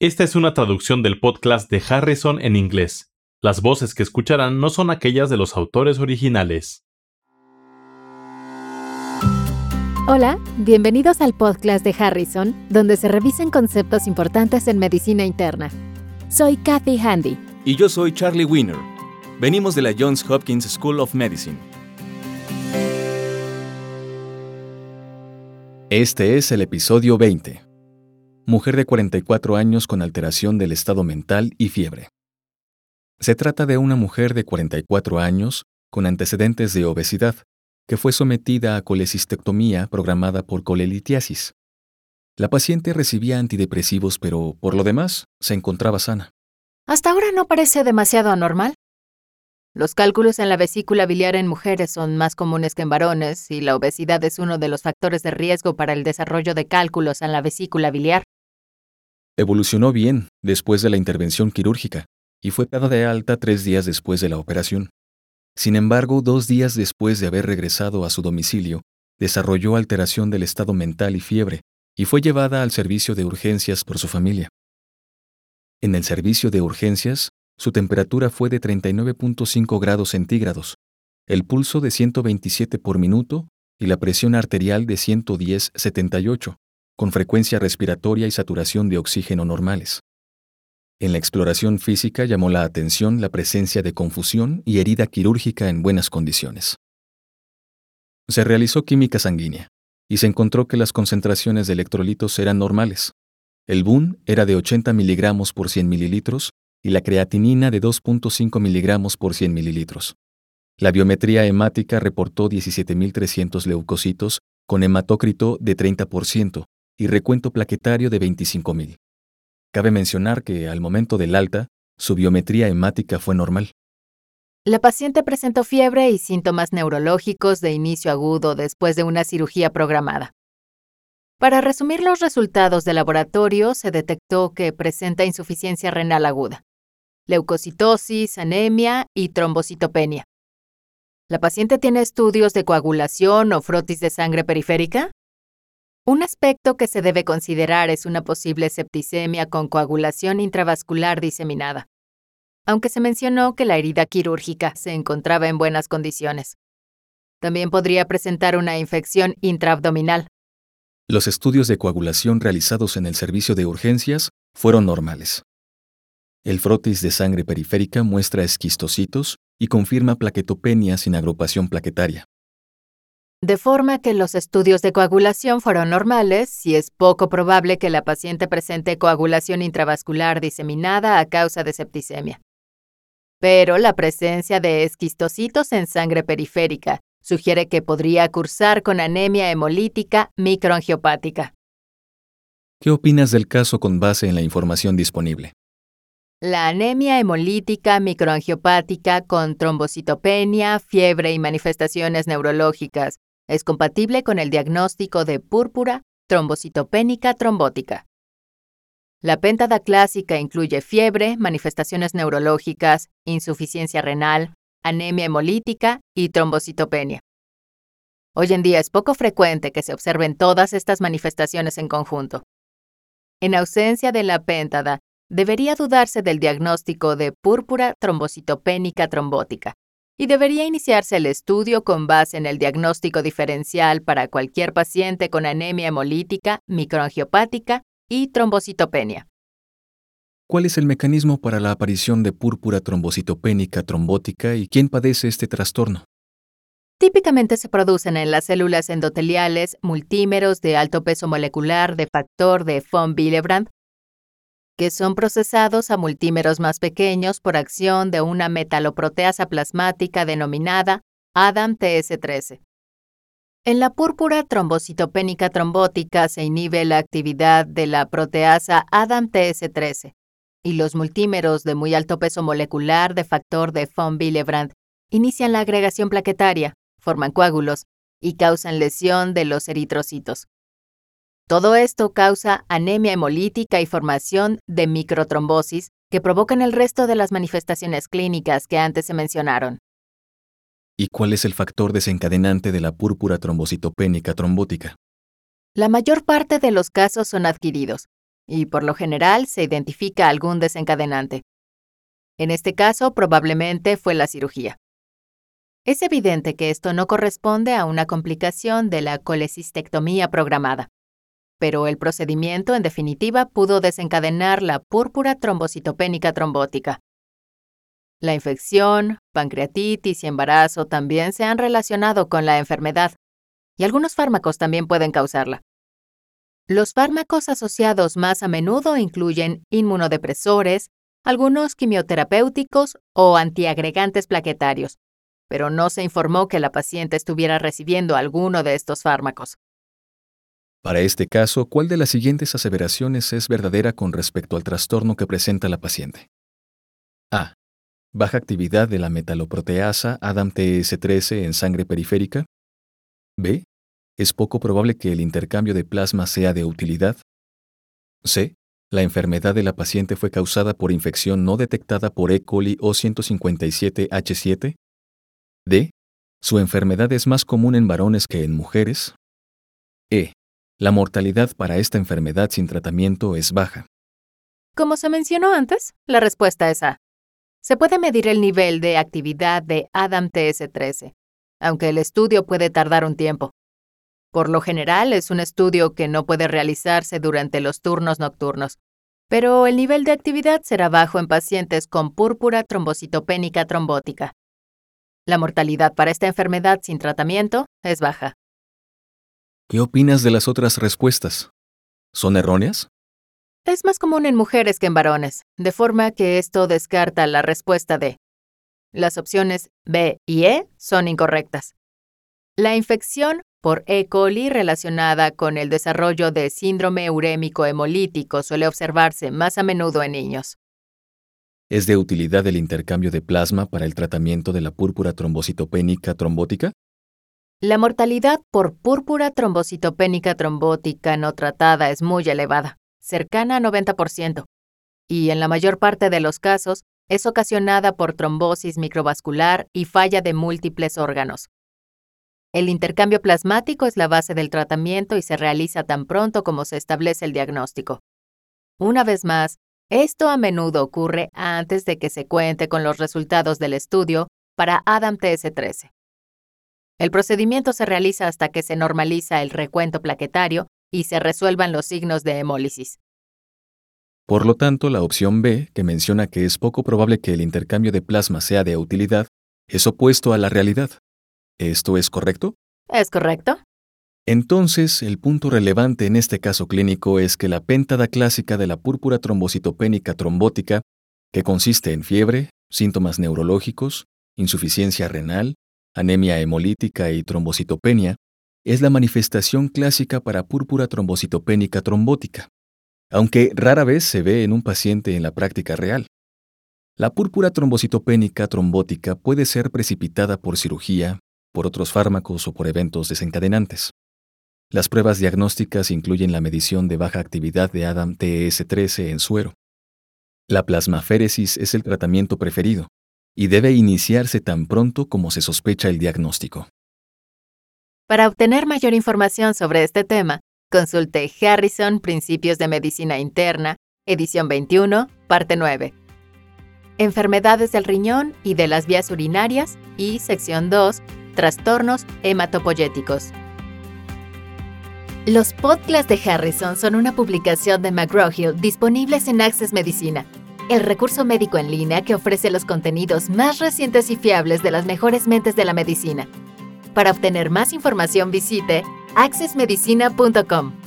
Esta es una traducción del podcast de Harrison en inglés. Las voces que escucharán no son aquellas de los autores originales. Hola, bienvenidos al podcast de Harrison, donde se revisan conceptos importantes en medicina interna. Soy Kathy Handy. Y yo soy Charlie Wiener. Venimos de la Johns Hopkins School of Medicine. Este es el episodio 20. Mujer de 44 años con alteración del estado mental y fiebre. Se trata de una mujer de 44 años con antecedentes de obesidad, que fue sometida a colecistectomía programada por colelitiasis. La paciente recibía antidepresivos, pero por lo demás se encontraba sana. Hasta ahora no parece demasiado anormal. Los cálculos en la vesícula biliar en mujeres son más comunes que en varones y la obesidad es uno de los factores de riesgo para el desarrollo de cálculos en la vesícula biliar. Evolucionó bien después de la intervención quirúrgica y fue dada de alta 3 días después de la operación. Sin embargo, 2 días después de haber regresado a su domicilio, desarrolló alteración del estado mental y fiebre y fue llevada al servicio de urgencias por su familia. En el servicio de urgencias, su temperatura fue de 39.5 grados centígrados, el pulso de 127 por minuto y la presión arterial de 110/78, con frecuencia respiratoria y saturación de oxígeno normales. En la exploración física llamó la atención la presencia de confusión y herida quirúrgica en buenas condiciones. Se realizó química sanguínea y se encontró que las concentraciones de electrolitos eran normales. El BUN era de 80 miligramos por 100 mililitros y la creatinina de 2.5 miligramos por 100 mililitros. La biometría hemática reportó 17.300 leucocitos con hematócrito de 30% y recuento plaquetario de 25.000. Cabe mencionar que, al momento del alta, su biometría hemática fue normal. La paciente presentó fiebre y síntomas neurológicos de inicio agudo después de una cirugía programada. Para resumir los resultados de laboratorio, se detectó que presenta insuficiencia renal aguda, leucocitosis, anemia y trombocitopenia. ¿La paciente tiene estudios de coagulación o frotis de sangre periférica? Un aspecto que se debe considerar es una posible septicemia con coagulación intravascular diseminada, aunque se mencionó que la herida quirúrgica se encontraba en buenas condiciones. También podría presentar una infección intraabdominal. Los estudios de coagulación realizados en el servicio de urgencias fueron normales. El frotis de sangre periférica muestra esquistocitos y confirma plaquetopenia sin agrupación plaquetaria. De forma que los estudios de coagulación fueron normales y es poco probable que la paciente presente coagulación intravascular diseminada a causa de septicemia. Pero la presencia de esquistocitos en sangre periférica sugiere que podría cursar con anemia hemolítica microangiopática. ¿Qué opinas del caso con base en la información disponible? La anemia hemolítica microangiopática con trombocitopenia, fiebre y manifestaciones neurológicas es compatible con el diagnóstico de púrpura trombocitopénica trombótica. La péntada clásica incluye fiebre, manifestaciones neurológicas, insuficiencia renal, anemia hemolítica y trombocitopenia. Hoy en día es poco frecuente que se observen todas estas manifestaciones en conjunto. En ausencia de la péntada, debería dudarse del diagnóstico de púrpura trombocitopénica trombótica y debería iniciarse el estudio con base en el diagnóstico diferencial para cualquier paciente con anemia hemolítica microangiopática y trombocitopenia. ¿Cuál es el mecanismo para la aparición de púrpura trombocitopénica trombótica y quién padece este trastorno? Típicamente se producen en las células endoteliales multímeros de alto peso molecular de factor de von Willebrand, que son procesados a multímeros más pequeños por acción de una metaloproteasa plasmática denominada ADAM-TS13. En la púrpura trombocitopénica trombótica se inhibe la actividad de la proteasa ADAM-TS13 y los multímeros de muy alto peso molecular de factor de von Willebrand inician la agregación plaquetaria, forman coágulos y causan lesión de los eritrocitos. Todo esto causa anemia hemolítica y formación de microtrombosis que provocan el resto de las manifestaciones clínicas que antes se mencionaron. ¿Y cuál es el factor desencadenante de la púrpura trombocitopénica trombótica? La mayor parte de los casos son adquiridos, y por lo general se identifica algún desencadenante. En este caso, probablemente fue la cirugía. Es evidente que esto no corresponde a una complicación de la colecistectomía programada, pero el procedimiento, en definitiva, pudo desencadenar la púrpura trombocitopénica trombótica. La infección, pancreatitis y embarazo también se han relacionado con la enfermedad, y algunos fármacos también pueden causarla. Los fármacos asociados más a menudo incluyen inmunodepresores, algunos quimioterapéuticos o antiagregantes plaquetarios, pero no se informó que la paciente estuviera recibiendo alguno de estos fármacos. Para este caso, ¿cuál de las siguientes aseveraciones es verdadera con respecto al trastorno que presenta la paciente? A. Baja actividad de la metaloproteasa ADAMTS13 en sangre periférica. B. Es poco probable que el intercambio de plasma sea de utilidad. C. La enfermedad de la paciente fue causada por infección no detectada por E. coli O157H7. D. Su enfermedad es más común en varones que en mujeres. E. La mortalidad para esta enfermedad sin tratamiento es baja. Como se mencionó antes, la respuesta es A. Se puede medir el nivel de actividad de ADAMTS13, aunque el estudio puede tardar un tiempo. Por lo general, es un estudio que no puede realizarse durante los turnos nocturnos, pero el nivel de actividad será bajo en pacientes con púrpura trombocitopénica trombótica. La mortalidad para esta enfermedad sin tratamiento es baja. ¿Qué opinas de las otras respuestas? ¿Son erróneas? Es más común en mujeres que en varones, de forma que esto descarta la respuesta D. Las opciones B y E son incorrectas. La infección por E. coli relacionada con el desarrollo de síndrome urémico hemolítico suele observarse más a menudo en niños. ¿Es de utilidad el intercambio de plasma para el tratamiento de la púrpura trombocitopénica trombótica? La mortalidad por púrpura trombocitopénica trombótica no tratada es muy elevada, cercana a 90%, y en la mayor parte de los casos es ocasionada por trombosis microvascular y falla de múltiples órganos. El intercambio plasmático es la base del tratamiento y se realiza tan pronto como se establece el diagnóstico. Una vez más, esto a menudo ocurre antes de que se cuente con los resultados del estudio para ADAMTS13. El procedimiento se realiza hasta que se normaliza el recuento plaquetario y se resuelvan los signos de hemólisis. Por lo tanto, la opción B, que menciona que es poco probable que el intercambio de plasma sea de utilidad, es opuesto a la realidad. ¿Esto es correcto? ¿Es correcto? Entonces, el punto relevante en este caso clínico es que la péntada clásica de la púrpura trombocitopénica trombótica, que consiste en fiebre, síntomas neurológicos, insuficiencia renal, anemia hemolítica y trombocitopenia, es la manifestación clásica para púrpura trombocitopénica trombótica, aunque rara vez se ve en un paciente en la práctica real. La púrpura trombocitopénica trombótica puede ser precipitada por cirugía, por otros fármacos o por eventos desencadenantes. Las pruebas diagnósticas incluyen la medición de baja actividad de ADAMTS13 en suero. La plasmaféresis es el tratamiento preferido y debe iniciarse tan pronto como se sospecha el diagnóstico. Para obtener mayor información sobre este tema, consulte Harrison, Principios de Medicina Interna, edición 21, parte 9. Enfermedades del riñón y de las vías urinarias y sección 2, Trastornos hematopoyéticos. Los podcasts de Harrison son una publicación de McGraw-Hill disponibles en Access Medicina, el recurso médico en línea que ofrece los contenidos más recientes y fiables de las mejores mentes de la medicina. Para obtener más información visite accessmedicina.com.